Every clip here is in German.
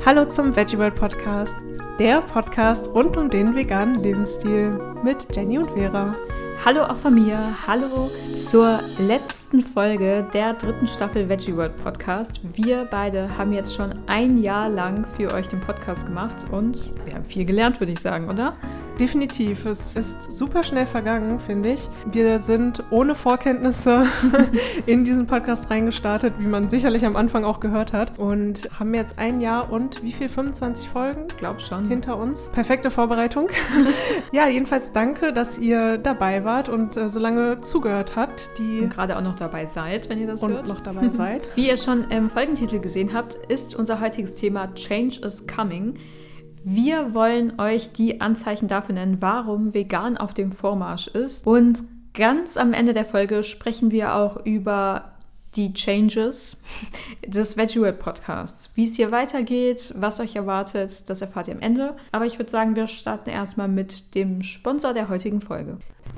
Hallo zum Veggie World Podcast, der Podcast rund um den veganen Lebensstil mit Jenny und Vera. Hallo auch von mir, hallo zur letzten Folge der 3. Staffel Veggie World Podcast. Wir beide haben jetzt schon ein Jahr lang für euch den Podcast gemacht und wir haben viel gelernt, würde ich sagen, oder? Definitiv, es ist super schnell vergangen, finde ich. Wir sind ohne Vorkenntnisse in diesen Podcast reingestartet, wie man sicherlich am Anfang auch gehört hat, und haben jetzt ein Jahr und wie viel, 25 Folgen? Glaub schon. Hinter uns. Perfekte Vorbereitung. Ja, jedenfalls danke, dass ihr dabei wart und so lange zugehört habt. Und gerade auch noch dabei seid, wenn ihr das hört. Und noch dabei seid. Wie ihr schon im Folgentitel gesehen habt, ist unser heutiges Thema Change is Coming. Wir wollen euch die Anzeichen dafür nennen, warum vegan auf dem Vormarsch ist. Und ganz am Ende der Folge sprechen wir auch über die Changes des Veggie World Podcasts. Wie es hier weitergeht, was euch erwartet, das erfahrt ihr am Ende. Aber ich würde sagen, wir starten erstmal mit dem Sponsor der heutigen Folge.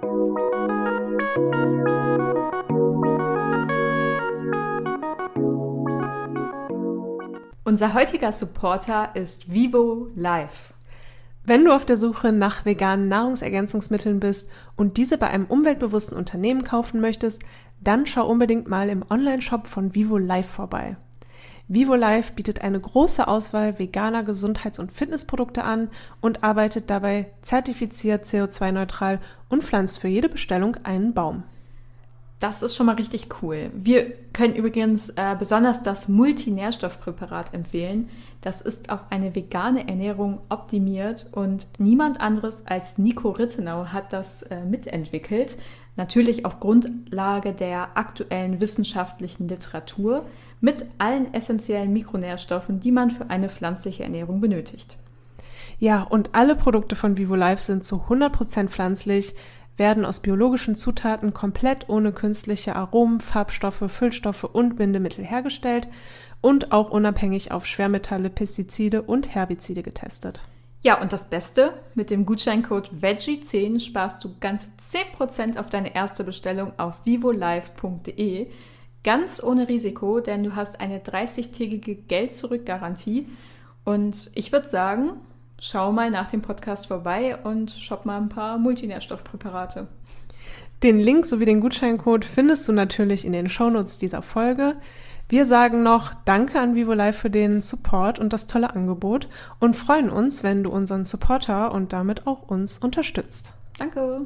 Unser heutiger Supporter ist Vivo Life. Wenn du auf der Suche nach veganen Nahrungsergänzungsmitteln bist und diese bei einem umweltbewussten Unternehmen kaufen möchtest, dann schau unbedingt mal im Online-Shop von Vivo Life vorbei. Vivo Life bietet eine große Auswahl veganer Gesundheits- und Fitnessprodukte an und arbeitet dabei zertifiziert CO2-neutral und pflanzt für jede Bestellung einen Baum. Das ist schon mal richtig cool. Wir können übrigens besonders das Multinährstoffpräparat empfehlen. Das ist auf eine vegane Ernährung optimiert und niemand anderes als Nico Rittenau hat das mitentwickelt. Natürlich auf Grundlage der aktuellen wissenschaftlichen Literatur mit allen essentiellen Mikronährstoffen, die man für eine pflanzliche Ernährung benötigt. Ja, und alle Produkte von Vivo Life sind zu 100% pflanzlich, werden aus biologischen Zutaten komplett ohne künstliche Aromen, Farbstoffe, Füllstoffe und Bindemittel hergestellt und auch unabhängig auf Schwermetalle, Pestizide und Herbizide getestet. Ja, und das Beste, mit dem Gutscheincode VEGGIE10 sparst du ganz 10% auf deine erste Bestellung auf vivolife.de. Ganz ohne Risiko, denn du hast eine 30-tägige Geld-Zurück-Garantie. Und ich würde sagen, schau mal nach dem Podcast vorbei und shop mal ein paar Multinährstoffpräparate. Den Link sowie den Gutscheincode findest du natürlich in den Shownotes dieser Folge. Wir sagen noch Danke an Vivo Life für den Support und das tolle Angebot und freuen uns, wenn du unseren Supporter und damit auch uns unterstützt. Danke!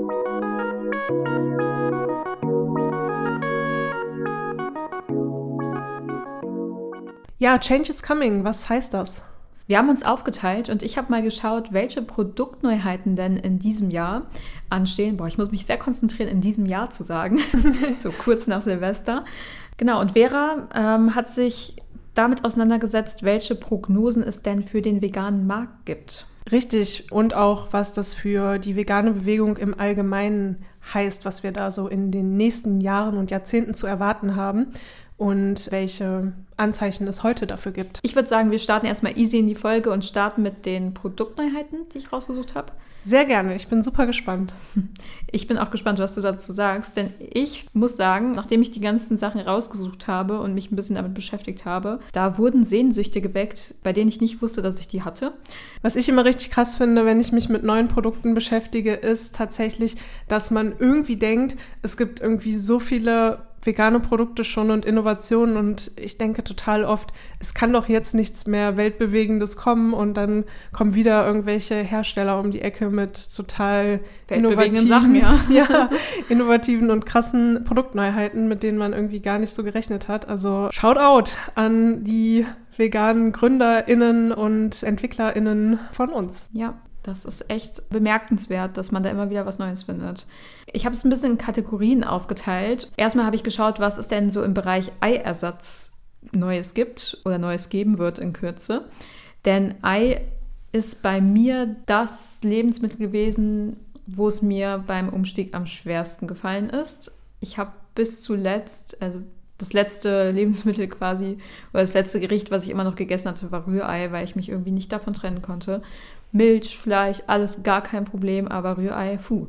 Ja, Change is coming. Was heißt das? Wir haben uns aufgeteilt und ich habe mal geschaut, welche Produktneuheiten denn in diesem Jahr anstehen. Ich muss mich sehr konzentrieren, in diesem Jahr zu sagen, so kurz nach Silvester. Genau, und Vera hat sich damit auseinandergesetzt, welche Prognosen es denn für den veganen Markt gibt. Richtig, und auch, was das für die vegane Bewegung im Allgemeinen heißt, was wir da so in den nächsten Jahren und Jahrzehnten zu erwarten haben und welche Anzeichen es heute dafür gibt. Ich würde sagen, wir starten erstmal easy in die Folge und starten mit den Produktneuheiten, die ich rausgesucht habe. Sehr gerne, ich bin super gespannt. Ich bin auch gespannt, was du dazu sagst, denn ich muss sagen, nachdem ich die ganzen Sachen rausgesucht habe und mich ein bisschen damit beschäftigt habe, da wurden Sehnsüchte geweckt, bei denen ich nicht wusste, dass ich die hatte. Was ich immer richtig krass finde, wenn ich mich mit neuen Produkten beschäftige, ist tatsächlich, dass man irgendwie denkt, es gibt irgendwie so viele vegane Produkte schon und Innovationen, und ich denke total oft, es kann doch jetzt nichts mehr Weltbewegendes kommen, und dann kommen wieder irgendwelche Hersteller um die Ecke mit total innovativen Sachen, ja, innovativen und krassen Produktneuheiten, mit denen man irgendwie gar nicht so gerechnet hat. Also Shoutout an die veganen GründerInnen und EntwicklerInnen von uns. Ja. Das ist echt bemerkenswert, dass man da immer wieder was Neues findet. Ich habe es ein bisschen in Kategorien aufgeteilt. Erstmal habe ich geschaut, was es denn so im Bereich Eiersatz Neues gibt oder Neues geben wird in Kürze. Denn Ei ist bei mir das Lebensmittel gewesen, wo es mir beim Umstieg am schwersten gefallen ist. Ich habe bis zuletzt, also das letzte Lebensmittel quasi, oder das letzte Gericht, was ich immer noch gegessen hatte, war Rührei, weil ich mich irgendwie nicht davon trennen konnte. Milch, Fleisch, alles gar kein Problem, aber Rührei,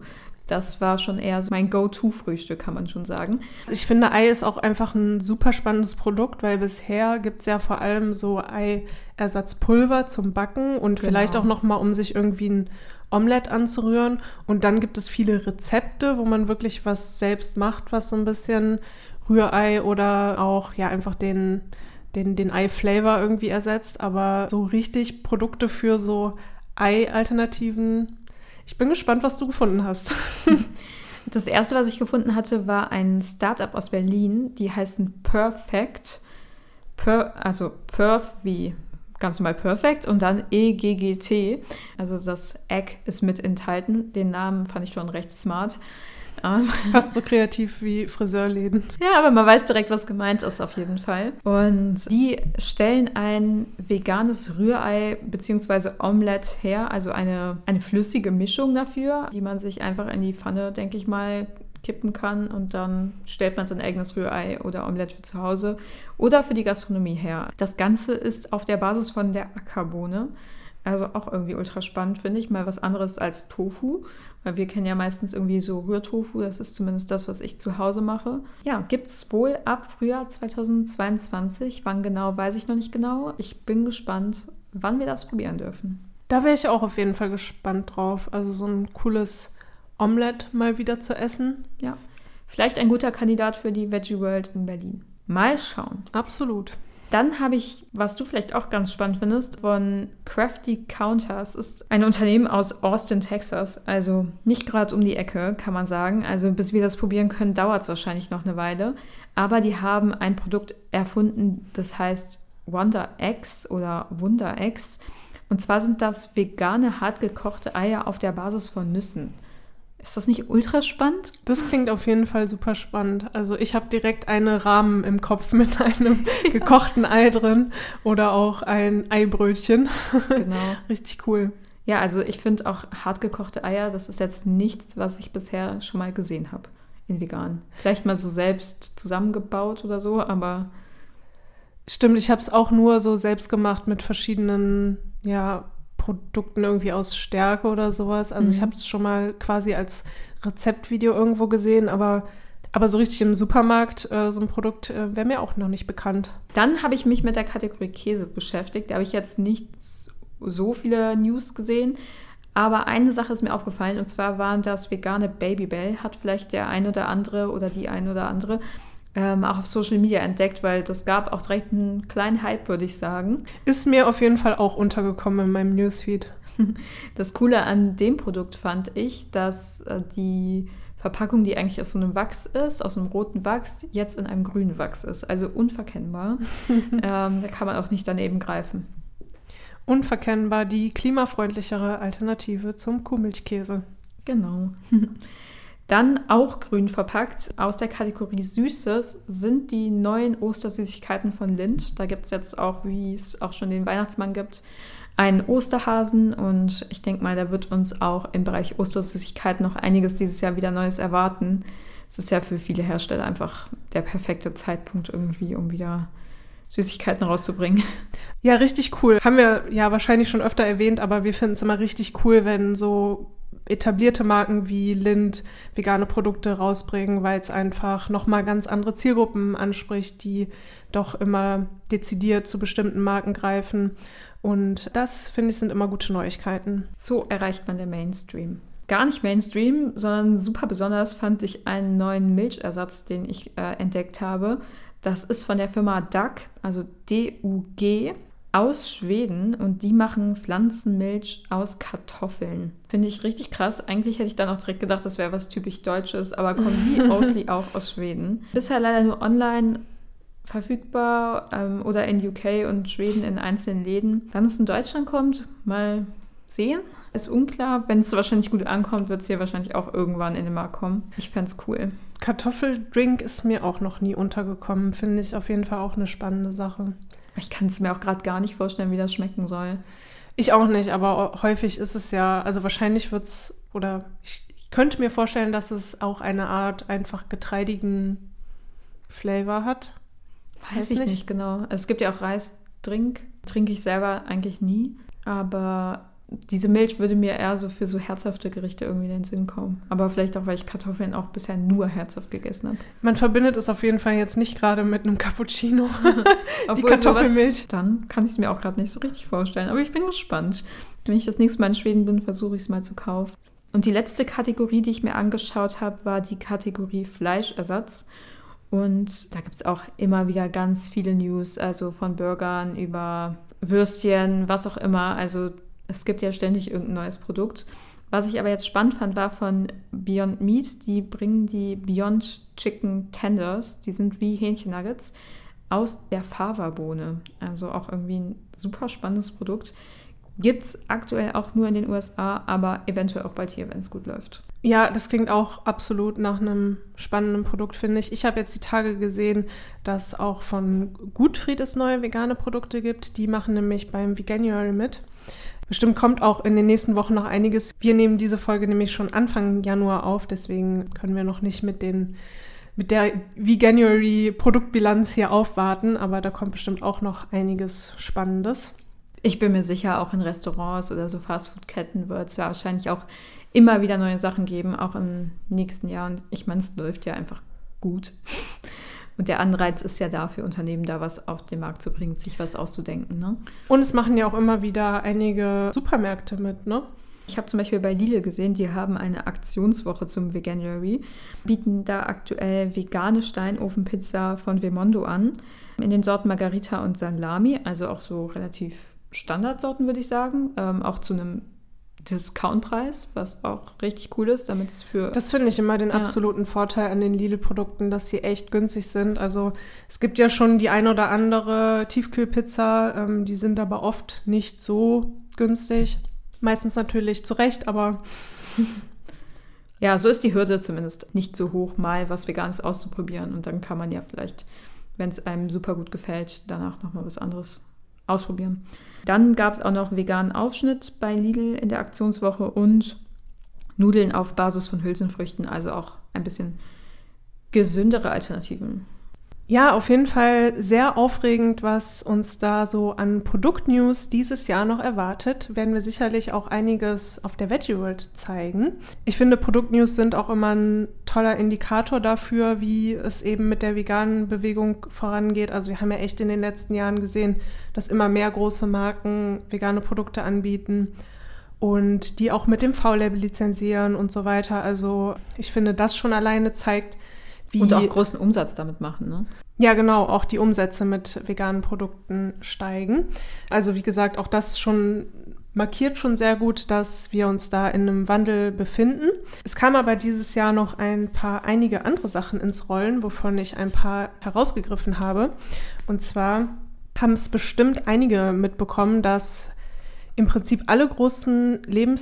Das war schon eher so mein Go-To-Frühstück, kann man schon sagen. Ich finde, Ei ist auch einfach ein super spannendes Produkt, weil bisher gibt es ja vor allem so Eiersatzpulver zum Backen und vielleicht auch nochmal, um sich irgendwie ein Omelett anzurühren. Und dann gibt es viele Rezepte, wo man wirklich was selbst macht, was so ein bisschen Rührei oder auch ja einfach den Ei-Flavor irgendwie ersetzt. Aber so richtig Produkte für so Ei-Alternativen. Ich bin gespannt, was du gefunden hast. Das erste, was ich gefunden hatte, war ein Startup aus Berlin. Die heißen Perfect. Also Perf wie ganz normal Perfect und dann EGGT. Also das Egg ist mit enthalten. Den Namen fand ich schon recht smart. Fast so kreativ wie Friseurläden. Ja, aber man weiß direkt, was gemeint ist auf jeden Fall. Und die stellen ein veganes Rührei bzw. Omelette her, also eine flüssige Mischung dafür, die man sich einfach in die Pfanne, denke ich mal, kippen kann und dann stellt man sein eigenes Rührei oder Omelette für zu Hause oder für die Gastronomie her. Das Ganze ist auf der Basis von der Ackerbohne. Also auch irgendwie ultra spannend, finde ich. Mal was anderes als Tofu, weil wir kennen ja meistens irgendwie so Rührtofu. Das ist zumindest das, was ich zu Hause mache. Ja, gibt es wohl ab Frühjahr 2022. Wann genau, weiß ich noch nicht genau. Ich bin gespannt, wann wir das probieren dürfen. Da wäre ich auch auf jeden Fall gespannt drauf. Also so ein cooles Omelette mal wieder zu essen. Ja, vielleicht ein guter Kandidat für die Veggie World in Berlin. Mal schauen. Absolut. Dann habe ich, was du vielleicht auch ganz spannend findest, von Crafty Counters. Ist ein Unternehmen aus Austin, Texas. Also nicht gerade um die Ecke, kann man sagen. Also bis wir das probieren können, dauert es wahrscheinlich noch eine Weile. Aber die haben ein Produkt erfunden, das heißt Wonder Eggs oder Wunder Eggs. Und zwar sind das vegane, hartgekochte Eier auf der Basis von Nüssen. Ist das nicht ultra spannend? Das klingt auf jeden Fall super spannend. Also ich habe direkt eine Rahmen im Kopf mit einem gekochten Ei drin oder auch ein Eibrötchen. Genau. Richtig cool. Ja, also ich finde auch hartgekochte Eier, das ist jetzt nichts, was ich bisher schon mal gesehen habe in vegan. Vielleicht mal so selbst zusammengebaut oder so, aber... Stimmt, ich habe es auch nur so selbst gemacht mit verschiedenen, Produkten irgendwie aus Stärke oder sowas. Also ich habe es schon mal quasi als Rezeptvideo irgendwo gesehen, aber so richtig im Supermarkt so ein Produkt wäre mir auch noch nicht bekannt. Dann habe ich mich mit der Kategorie Käse beschäftigt. Da habe ich jetzt nicht so viele News gesehen, aber eine Sache ist mir aufgefallen und zwar waren das vegane Babybel. Hat vielleicht der ein oder andere oder die ein oder andere auch auf Social Media entdeckt, weil das gab auch direkt einen kleinen Hype, würde ich sagen. Ist mir auf jeden Fall auch untergekommen in meinem Newsfeed. Das Coole an dem Produkt fand ich, dass die Verpackung, die eigentlich aus so einem Wachs ist, aus einem roten Wachs, jetzt in einem grünen Wachs ist. Also unverkennbar. Da kann man auch nicht daneben greifen. Unverkennbar die klimafreundlichere Alternative zum Kuhmilchkäse. Genau. Dann auch grün verpackt, aus der Kategorie Süßes, sind die neuen Ostersüßigkeiten von Lindt. Da gibt es jetzt auch, wie es auch schon den Weihnachtsmann gibt, einen Osterhasen. Und ich denke mal, da wird uns auch im Bereich Ostersüßigkeiten noch einiges dieses Jahr wieder Neues erwarten. Es ist ja für viele Hersteller einfach der perfekte Zeitpunkt irgendwie, um wieder Süßigkeiten rauszubringen. Ja, richtig cool. Haben wir ja wahrscheinlich schon öfter erwähnt, aber wir finden es immer richtig cool, wenn so etablierte Marken wie Lindt vegane Produkte rausbringen, weil es einfach nochmal ganz andere Zielgruppen anspricht, die doch immer dezidiert zu bestimmten Marken greifen. Und das, finde ich, sind immer gute Neuigkeiten. So erreicht man den Mainstream. Gar nicht Mainstream, sondern super besonders fand ich einen neuen Milchersatz, den ich entdeckt habe. Das ist von der Firma DUG, also DUG, aus Schweden und die machen Pflanzenmilch aus Kartoffeln. Finde ich richtig krass. Eigentlich hätte ich dann auch direkt gedacht, das wäre was typisch Deutsches, aber kommt wie Oatly auch aus Schweden. Bisher leider nur online verfügbar oder in UK und Schweden in einzelnen Läden. Wann es in Deutschland kommt, mal sehen. Ist unklar. Wenn es wahrscheinlich gut ankommt, wird es hier wahrscheinlich auch irgendwann in den Markt kommen. Ich fände es cool. Kartoffeldrink ist mir auch noch nie untergekommen. Finde ich auf jeden Fall auch eine spannende Sache. Ich kann es mir auch gerade gar nicht vorstellen, wie das schmecken soll. Ich auch nicht, aber häufig ist es ja, also wahrscheinlich wird es, oder ich könnte mir vorstellen, dass es auch eine Art einfach getreidigen Flavor hat. Weiß ich nicht genau. Es gibt ja auch Reisdrink, trinke ich selber eigentlich nie, aber diese Milch würde mir eher so für so herzhafte Gerichte irgendwie in den Sinn kommen. Aber vielleicht auch, weil ich Kartoffeln auch bisher nur herzhaft gegessen habe. Man verbindet es auf jeden Fall jetzt nicht gerade mit einem Cappuccino. Die Obwohl Kartoffelmilch. Dann kann ich es mir auch gerade nicht so richtig vorstellen. Aber ich bin gespannt. Wenn ich das nächste Mal in Schweden bin, versuche ich es mal zu kaufen. Und die letzte Kategorie, die ich mir angeschaut habe, war die Kategorie Fleischersatz. Und da gibt es auch immer wieder ganz viele News, also von Burgern über Würstchen, was auch immer. Also es gibt ja ständig irgendein neues Produkt. Was ich aber jetzt spannend fand, war von Beyond Meat. Die bringen die Beyond Chicken Tenders, die sind wie Hähnchennuggets, aus der Fava-Bohne. Also auch irgendwie ein super spannendes Produkt. Gibt es aktuell auch nur in den USA, aber eventuell auch bald hier, wenn es gut läuft. Ja, das klingt auch absolut nach einem spannenden Produkt, finde ich. Ich habe jetzt die Tage gesehen, dass auch von Gutfried es neue vegane Produkte gibt. Die machen nämlich beim Veganuary mit. Bestimmt kommt auch in den nächsten Wochen noch einiges. Wir nehmen diese Folge nämlich schon Anfang Januar auf, deswegen können wir noch nicht mit der Veganuary-Produktbilanz hier aufwarten, aber da kommt bestimmt auch noch einiges Spannendes. Ich bin mir sicher, auch in Restaurants oder so Fastfood-Ketten wird es ja wahrscheinlich auch immer wieder neue Sachen geben, auch im nächsten Jahr. Und ich meine, es läuft ja einfach gut. Und der Anreiz ist ja da für Unternehmen, da was auf den Markt zu bringen, sich was auszudenken. Ne? Und es machen ja auch immer wieder einige Supermärkte mit, ne? Ich habe zum Beispiel bei Lidl gesehen, die haben eine Aktionswoche zum Veganuary, bieten da aktuell vegane Steinofenpizza von Vemondo an, in den Sorten Margarita und Salami, also auch so relativ Standardsorten, würde ich sagen, auch zu einem Discountpreis, was auch richtig cool ist, damit es für... Das finde ich immer den absoluten Vorteil an den Lidl-Produkten, dass sie echt günstig sind. Also es gibt ja schon die ein oder andere Tiefkühlpizza, die sind aber oft nicht so günstig. Meistens natürlich zu Recht, aber... Ja, so ist die Hürde zumindest nicht so hoch, mal was Veganes auszuprobieren. Und dann kann man ja vielleicht, wenn es einem super gut gefällt, danach nochmal was anderes ausprobieren. Dann gab es auch noch veganen Aufschnitt bei Lidl in der Aktionswoche und Nudeln auf Basis von Hülsenfrüchten, also auch ein bisschen gesündere Alternativen. Ja, auf jeden Fall sehr aufregend, was uns da so an Produktnews dieses Jahr noch erwartet. Werden wir sicherlich auch einiges auf der Veggie World zeigen. Ich finde, Produktnews sind auch immer ein toller Indikator dafür, wie es eben mit der veganen Bewegung vorangeht. Also wir haben ja echt in den letzten Jahren gesehen, dass immer mehr große Marken vegane Produkte anbieten und die auch mit dem V-Label lizenzieren und so weiter. Also ich finde, das schon alleine zeigt, und auch großen Umsatz damit machen, ne? Ja, genau, auch die Umsätze mit veganen Produkten steigen. Also wie gesagt, auch das schon markiert schon sehr gut, dass wir uns da in einem Wandel befinden. Es kam aber dieses Jahr noch einige andere Sachen ins Rollen, wovon ich ein paar herausgegriffen habe. Und zwar haben es bestimmt einige mitbekommen, dass im Prinzip alle großen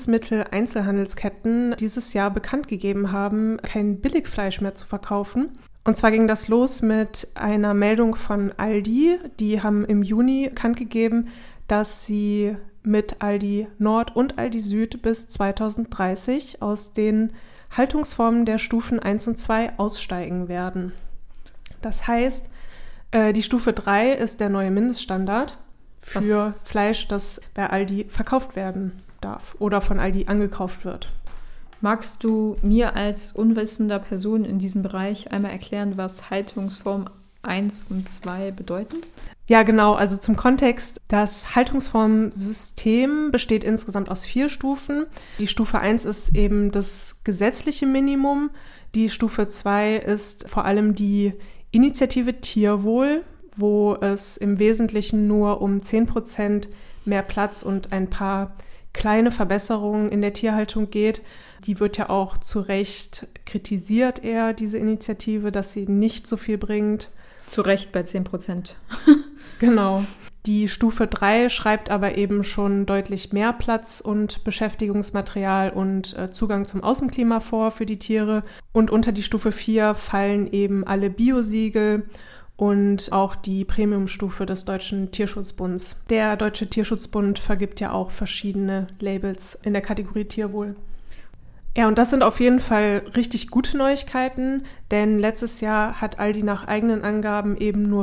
Lebensmittel-Einzelhandelsketten dieses Jahr bekannt gegeben haben, kein Billigfleisch mehr zu verkaufen. Und zwar ging das los mit einer Meldung von Aldi. Die haben im Juni bekannt gegeben, dass sie mit Aldi Nord und Aldi Süd bis 2030 aus den Haltungsformen der Stufen 1 und 2 aussteigen werden. Das heißt, die Stufe 3 ist der neue Mindeststandard für Fleisch, das bei Aldi verkauft werden darf oder von Aldi angekauft wird. Magst du mir als unwissender Person in diesem Bereich einmal erklären, was Haltungsform 1 und 2 bedeuten? Ja, genau. Also zum Kontext, das Haltungsformsystem besteht insgesamt aus 4 Stufen. Die Stufe 1 ist eben das gesetzliche Minimum. Die Stufe 2 ist vor allem die Initiative Tierwohl, wo es im Wesentlichen nur um 10% mehr Platz und ein paar kleine Verbesserungen in der Tierhaltung geht. Die wird ja auch zu Recht kritisiert eher, diese Initiative, dass sie nicht so viel bringt. Zu Recht bei 10%. Genau. Die Stufe 3 schreibt aber eben schon deutlich mehr Platz und Beschäftigungsmaterial und Zugang zum Außenklima vor für die Tiere. Und unter die Stufe 4 fallen eben alle Biosiegel und auch die Premiumstufe des Deutschen Tierschutzbunds. Der Deutsche Tierschutzbund vergibt ja auch verschiedene Labels in der Kategorie Tierwohl. Ja, und das sind auf jeden Fall richtig gute Neuigkeiten, denn letztes Jahr hat Aldi nach eigenen Angaben eben nur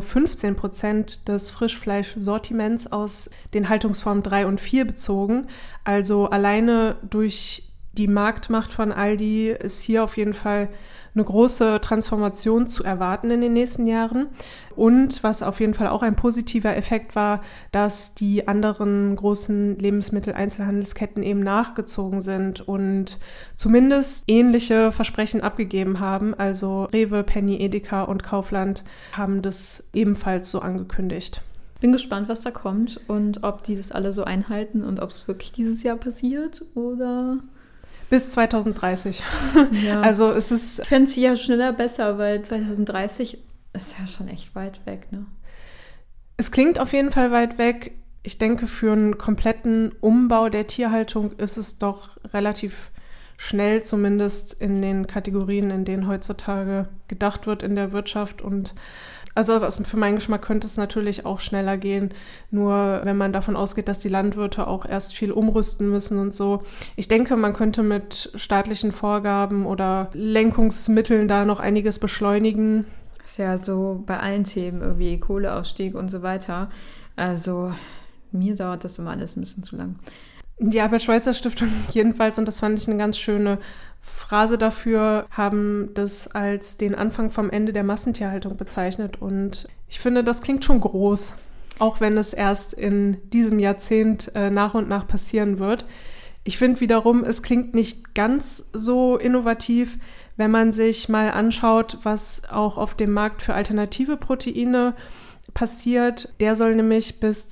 15% des Frischfleischsortiments aus den Haltungsformen 3 und 4 bezogen. Also alleine durch die Marktmacht von Aldi ist hier auf jeden Fall eine große Transformation zu erwarten in den nächsten Jahren. Und was auf jeden Fall auch ein positiver Effekt war, dass die anderen großen Lebensmitteleinzelhandelsketten eben nachgezogen sind und zumindest ähnliche Versprechen abgegeben haben. Also Rewe, Penny, Edeka und Kaufland haben das ebenfalls so angekündigt. Bin gespannt, was da kommt und ob die das alle so einhalten und ob es wirklich dieses Jahr passiert oder... Bis 2030. Ja. Also es ist... Ich fände es ja schneller besser, weil 2030 ist ja schon echt weit weg, ne? Es klingt auf jeden Fall weit weg. Ich denke, für einen kompletten Umbau der Tierhaltung ist es doch relativ schnell, zumindest in den Kategorien, in denen heutzutage gedacht wird in der Wirtschaft. Und also für meinen Geschmack könnte es natürlich auch schneller gehen, nur wenn man davon ausgeht, dass die Landwirte auch erst viel umrüsten müssen und so. Ich denke, man könnte mit staatlichen Vorgaben oder Lenkungsmitteln da noch einiges beschleunigen. Ist ja so bei allen Themen irgendwie Kohleausstieg und so weiter. Also mir dauert das immer alles ein bisschen zu lang. Die Albert-Schweitzer-Stiftung jedenfalls, und das fand ich eine ganz schöne Phrase dafür, haben das als den Anfang vom Ende der Massentierhaltung bezeichnet. Und ich finde, das klingt schon groß, auch wenn es erst in diesem Jahrzehnt nach und nach passieren wird. Ich finde wiederum, es klingt nicht ganz so innovativ, wenn man sich mal anschaut, was auch auf dem Markt für alternative Proteine passiert. Der soll nämlich bis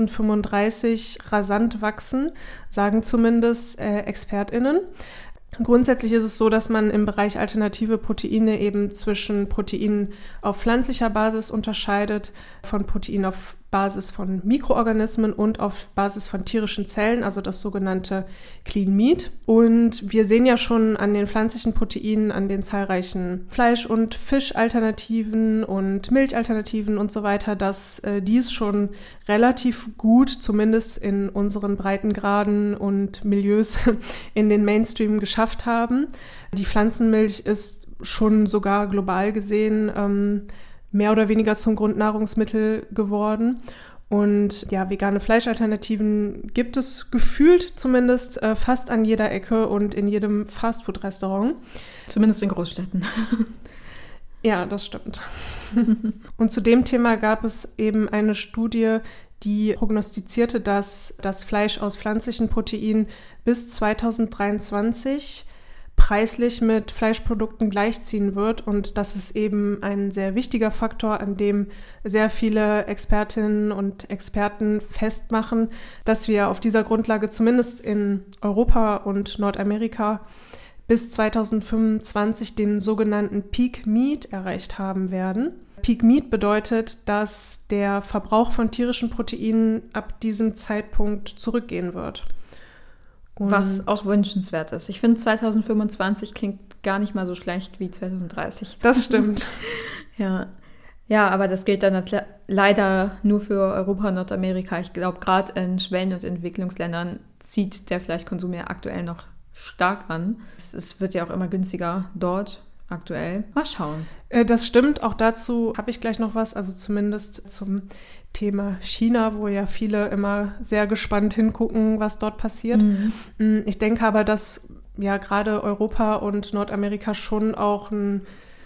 2035 rasant wachsen, sagen zumindest ExpertInnen. Grundsätzlich ist es so, dass man im Bereich alternative Proteine eben zwischen Proteinen auf pflanzlicher Basis unterscheidet, von Proteinen auf Basis von Mikroorganismen und auf Basis von tierischen Zellen, also das sogenannte Clean Meat. Und wir sehen ja schon an den pflanzlichen Proteinen, an den zahlreichen Fleisch- und Fischalternativen und Milchalternativen und so weiter, dass dies schon relativ gut, zumindest in unseren Breitengraden und Milieus, in den Mainstream geschafft haben. Die Pflanzenmilch ist schon sogar global gesehen mehr oder weniger zum Grundnahrungsmittel geworden. Und ja, vegane Fleischalternativen gibt es gefühlt zumindest fast an jeder Ecke und in jedem Fastfood-Restaurant. Zumindest in Großstädten. Ja, das stimmt. Und zu dem Thema gab es eben eine Studie, die prognostizierte, dass das Fleisch aus pflanzlichen Proteinen bis 2023 preislich mit Fleischprodukten gleichziehen wird. Und das ist eben ein sehr wichtiger Faktor, an dem sehr viele Expertinnen und Experten festmachen, dass wir auf dieser Grundlage zumindest in Europa und Nordamerika bis 2025 den sogenannten Peak Meat erreicht haben werden. Peak Meat bedeutet, dass der Verbrauch von tierischen Proteinen ab diesem Zeitpunkt zurückgehen wird. Was auch wünschenswert ist. Ich finde, 2025 klingt gar nicht mal so schlecht wie 2030. Das stimmt. Ja, aber das gilt dann leider nur für Europa und Nordamerika. Ich glaube, gerade in Schwellen- und Entwicklungsländern zieht der Fleischkonsum ja aktuell noch stark an. Es wird ja auch immer günstiger dort aktuell. Mal schauen. Das stimmt. Auch dazu habe ich gleich noch was, also zumindest zum Thema China, wo ja viele immer sehr gespannt hingucken, was dort passiert. Mhm. Ich denke aber, dass ja gerade Europa und Nordamerika schon auch ein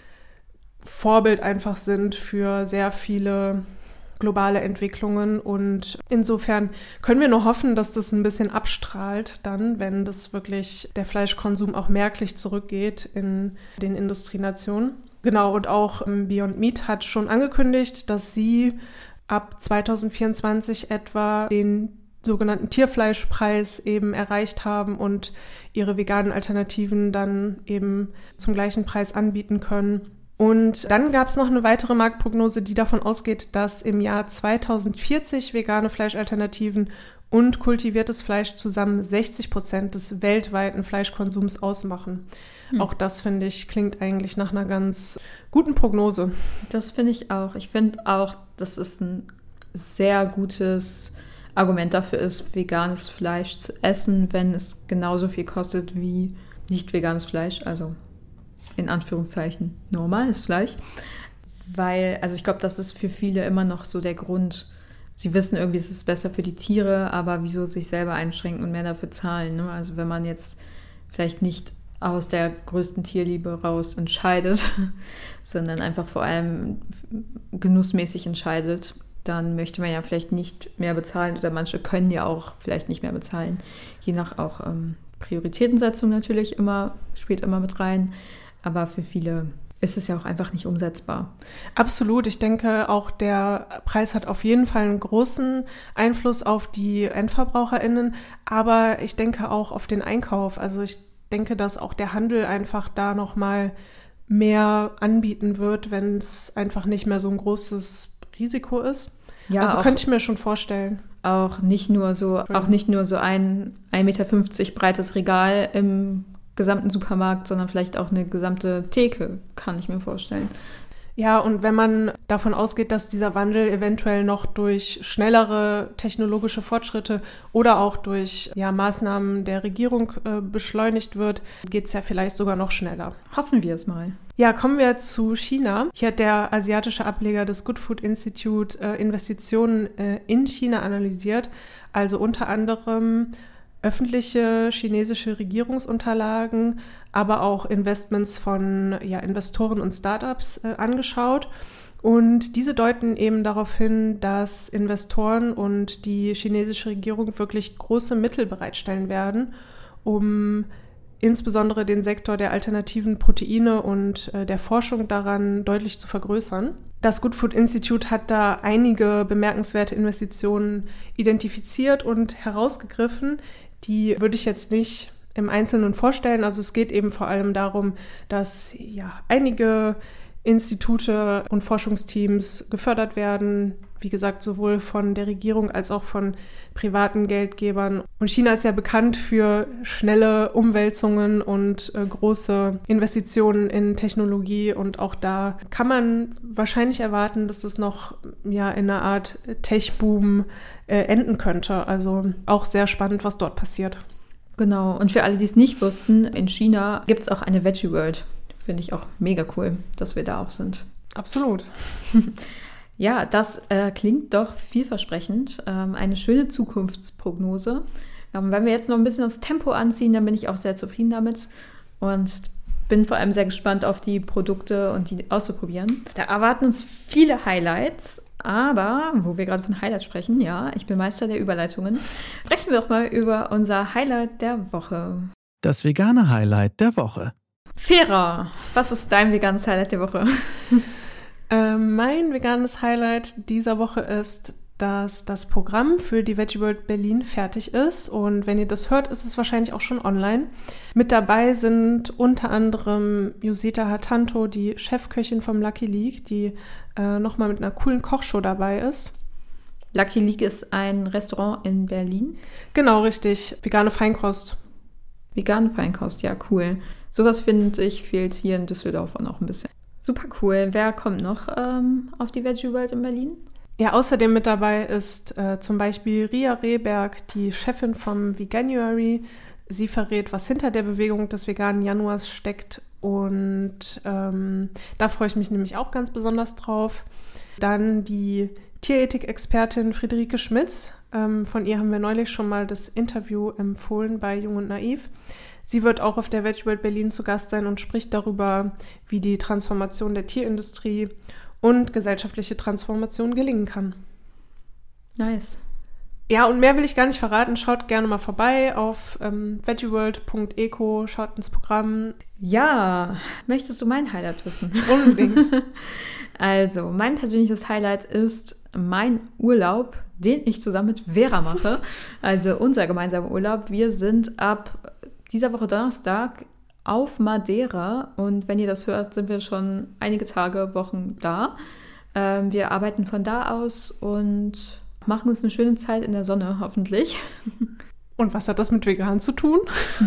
Vorbild einfach sind für sehr viele globale Entwicklungen. Und insofern können wir nur hoffen, dass das ein bisschen abstrahlt dann, wenn das wirklich der Fleischkonsum auch merklich zurückgeht in den Industrienationen. Genau, und auch Beyond Meat hat schon angekündigt, dass sie ab 2024 etwa den sogenannten Tierfleischpreis eben erreicht haben und ihre veganen Alternativen dann eben zum gleichen Preis anbieten können. Und dann gab es noch eine weitere Marktprognose, die davon ausgeht, dass im Jahr 2040 vegane Fleischalternativen und kultiviertes Fleisch zusammen 60% des weltweiten Fleischkonsums ausmachen. Auch das, finde ich, klingt eigentlich nach einer ganz guten Prognose. Das finde ich auch. Ich finde auch, dass es ein sehr gutes Argument dafür ist, veganes Fleisch zu essen, wenn es genauso viel kostet wie nicht veganes Fleisch, also in Anführungszeichen normales Fleisch. Weil, also ich glaube, das ist für viele immer noch so der Grund. Sie wissen irgendwie, es ist besser für die Tiere, aber wieso sich selber einschränken und mehr dafür zahlen? Ne? Also wenn man jetzt vielleicht nicht aus der größten Tierliebe raus entscheidet, sondern einfach vor allem genussmäßig entscheidet, dann möchte man ja vielleicht nicht mehr bezahlen oder manche können ja auch vielleicht nicht mehr bezahlen. Je nach auch Prioritätensetzung natürlich spielt immer mit rein, aber für viele ist es ja auch einfach nicht umsetzbar. Absolut. Ich denke, auch der Preis hat auf jeden Fall einen großen Einfluss auf die EndverbraucherInnen, aber ich denke auch auf den Einkauf. Also ich denke, dass auch der Handel einfach da nochmal mehr anbieten wird, wenn es einfach nicht mehr so ein großes Risiko ist. Ja, also könnte ich mir schon vorstellen. Auch nicht nur so ein 1,50 Meter breites Regal im gesamten Supermarkt, sondern vielleicht auch eine gesamte Theke, kann ich mir vorstellen. Ja, und wenn man davon ausgeht, dass dieser Wandel eventuell noch durch schnellere technologische Fortschritte oder auch durch Maßnahmen der Regierung beschleunigt wird, geht es ja vielleicht sogar noch schneller. Hoffen wir es mal. Ja, kommen wir zu China. Hier hat der asiatische Ableger des Good Food Institute Investitionen in China analysiert, also unter anderem öffentliche chinesische Regierungsunterlagen, aber auch Investments von Investoren und Startups angeschaut. Und diese deuten eben darauf hin, dass Investoren und die chinesische Regierung wirklich große Mittel bereitstellen werden, um insbesondere den Sektor der alternativen Proteine und der Forschung daran deutlich zu vergrößern. Das Good Food Institute hat da einige bemerkenswerte Investitionen identifiziert und herausgegriffen. Die würde ich jetzt nicht im Einzelnen vorstellen. Also es geht eben vor allem darum, dass einige Institute und Forschungsteams gefördert werden, wie gesagt, sowohl von der Regierung als auch von privaten Geldgebern. Und China ist ja bekannt für schnelle Umwälzungen und große Investitionen in Technologie. Und auch da kann man wahrscheinlich erwarten, dass es noch in einer Art Tech-Boom enden könnte. Also auch sehr spannend, was dort passiert. Genau. Und für alle, die es nicht wussten, in China gibt es auch eine Veggie World. Finde ich auch mega cool, dass wir da auch sind. Absolut. Ja, das klingt doch vielversprechend. Eine schöne Zukunftsprognose. Wenn wir jetzt noch ein bisschen das Tempo anziehen, dann bin ich auch sehr zufrieden damit und bin vor allem sehr gespannt auf die Produkte und die auszuprobieren. Da erwarten uns viele Highlights, aber wo wir gerade von Highlights sprechen, ja, ich bin Meister der Überleitungen, sprechen wir doch mal über unser Highlight der Woche. Das vegane Highlight der Woche. Vera, was ist dein veganes Highlight der Woche? Mein veganes Highlight dieser Woche ist, dass das Programm für die Veggie World Berlin fertig ist. Und wenn ihr das hört, ist es wahrscheinlich auch schon online. Mit dabei sind unter anderem Yusita Hatanto, die Chefköchin vom Lucky League, die nochmal mit einer coolen Kochshow dabei ist. Lucky League ist ein Restaurant in Berlin? Genau, richtig. Vegane Feinkost. Vegane Feinkost, ja, cool. Sowas, finde ich, fehlt hier in Düsseldorf auch noch ein bisschen. Super cool. Wer kommt noch auf die Veggie World in Berlin? Ja, außerdem mit dabei ist zum Beispiel Ria Rehberg, die Chefin vom Veganuary. Sie verrät, was hinter der Bewegung des veganen Januars steckt. Und da freue ich mich nämlich auch ganz besonders drauf. Dann die Tierethik-Expertin Friederike Schmitz. Von ihr haben wir neulich schon mal das Interview empfohlen bei Jung und Naiv. Sie wird auch auf der Veggie World Berlin zu Gast sein und spricht darüber, wie die Transformation der Tierindustrie und gesellschaftliche Transformation gelingen kann. Nice. Ja, und mehr will ich gar nicht verraten. Schaut gerne mal vorbei auf veggieworld.eco, schaut ins Programm. Ja, möchtest du mein Highlight wissen? Unbedingt. Also, mein persönliches Highlight ist mein Urlaub, den ich zusammen mit Vera mache. Also unser gemeinsamer Urlaub. Wir sind ab dieser Woche Donnerstag auf Madeira und wenn ihr das hört, sind wir schon einige Tage, Wochen da. Wir arbeiten von da aus und machen uns eine schöne Zeit in der Sonne, hoffentlich. Und was hat das mit vegan zu tun?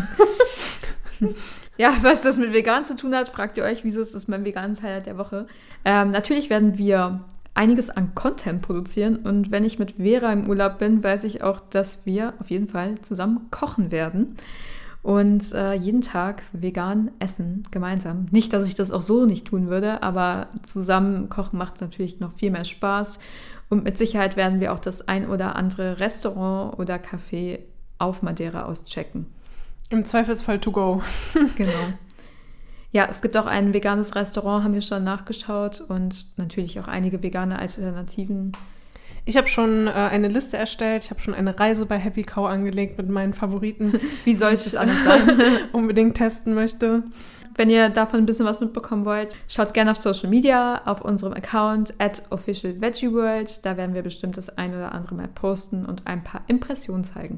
Ja, was das mit vegan zu tun hat, fragt ihr euch, wieso ist das mein veganes Highlight der Woche? Natürlich werden wir einiges an Content produzieren und wenn ich mit Vera im Urlaub bin, weiß ich auch, dass wir auf jeden Fall zusammen kochen werden. und jeden Tag vegan essen, gemeinsam. Nicht, dass ich das auch so nicht tun würde, aber zusammen kochen macht natürlich noch viel mehr Spaß. Und mit Sicherheit werden wir auch das ein oder andere Restaurant oder Café auf Madeira auschecken. Im Zweifelsfall to go. Genau. Ja, es gibt auch ein veganes Restaurant, haben wir schon nachgeschaut, und natürlich auch einige vegane Alternativen. Ich habe schon eine Liste erstellt, ich habe schon eine Reise bei Happy Cow angelegt mit meinen Favoriten. Wie soll es anders sein? Unbedingt testen möchte. Wenn ihr davon ein bisschen was mitbekommen wollt, schaut gerne auf Social Media, auf unserem Account @officialveggieworld. Da werden wir bestimmt das ein oder andere mal posten und ein paar Impressionen zeigen.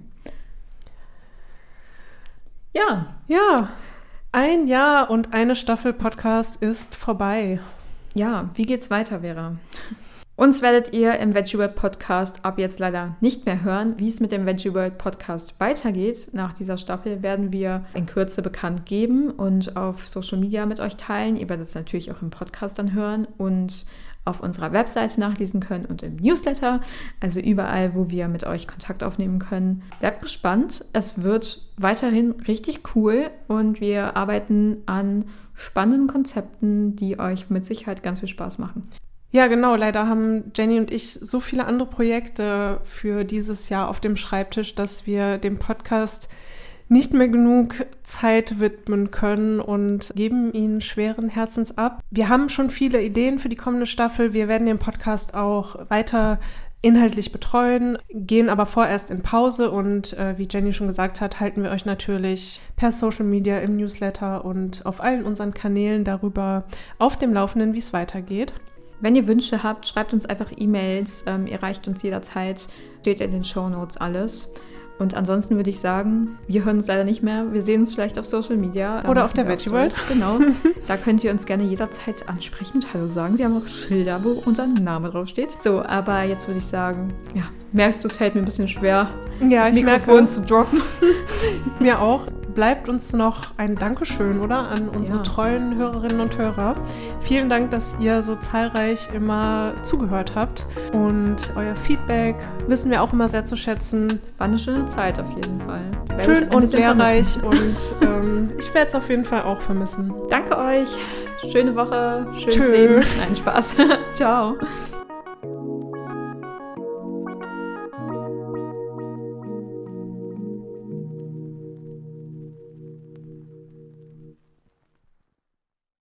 Ja, 1 Jahr und eine Staffel Podcast ist vorbei. Ja, wie geht's weiter, Vera? Uns werdet ihr im Veggie World Podcast ab jetzt leider nicht mehr hören. Wie es mit dem Veggie World Podcast weitergeht nach dieser Staffel, werden wir in Kürze bekannt geben und auf Social Media mit euch teilen. Ihr werdet es natürlich auch im Podcast dann hören und auf unserer Webseite nachlesen können und im Newsletter, also überall, wo wir mit euch Kontakt aufnehmen können. Bleibt gespannt, es wird weiterhin richtig cool und wir arbeiten an spannenden Konzepten, die euch mit Sicherheit ganz viel Spaß machen. Ja, genau. Leider haben Jenny und ich so viele andere Projekte für dieses Jahr auf dem Schreibtisch, dass wir dem Podcast nicht mehr genug Zeit widmen können und geben ihn schweren Herzens ab. Wir haben schon viele Ideen für die kommende Staffel. Wir werden den Podcast auch weiter inhaltlich betreuen, gehen aber vorerst in Pause und wie Jenny schon gesagt hat, halten wir euch natürlich per Social Media, im Newsletter und auf allen unseren Kanälen darüber auf dem Laufenden, wie es weitergeht. Wenn ihr Wünsche habt, schreibt uns einfach E-Mails. Ihr erreicht uns jederzeit. Steht in den Shownotes alles. Und ansonsten würde ich sagen, wir hören uns leider nicht mehr. Wir sehen uns vielleicht auf Social Media. Oder auf der Veggie World. Genau. Da könnt ihr uns gerne jederzeit ansprechen und Hallo sagen. Wir haben auch Schilder, wo unser Name draufsteht. So, aber jetzt würde ich sagen, ja, merkst du, es fällt mir ein bisschen schwer, das Mikrofon zu droppen. Mir auch. Bleibt uns noch ein Dankeschön, oder? An unsere treuen Hörerinnen und Hörer. Vielen Dank, dass ihr so zahlreich immer zugehört habt. Und euer Feedback wissen wir auch immer sehr zu schätzen. War eine schöne Zeit auf jeden Fall. Schön und lehrreich. Und ich werde es auf jeden Fall auch vermissen. Danke euch. Schöne Woche. Schönes Leben. Nein, Spaß. Ciao.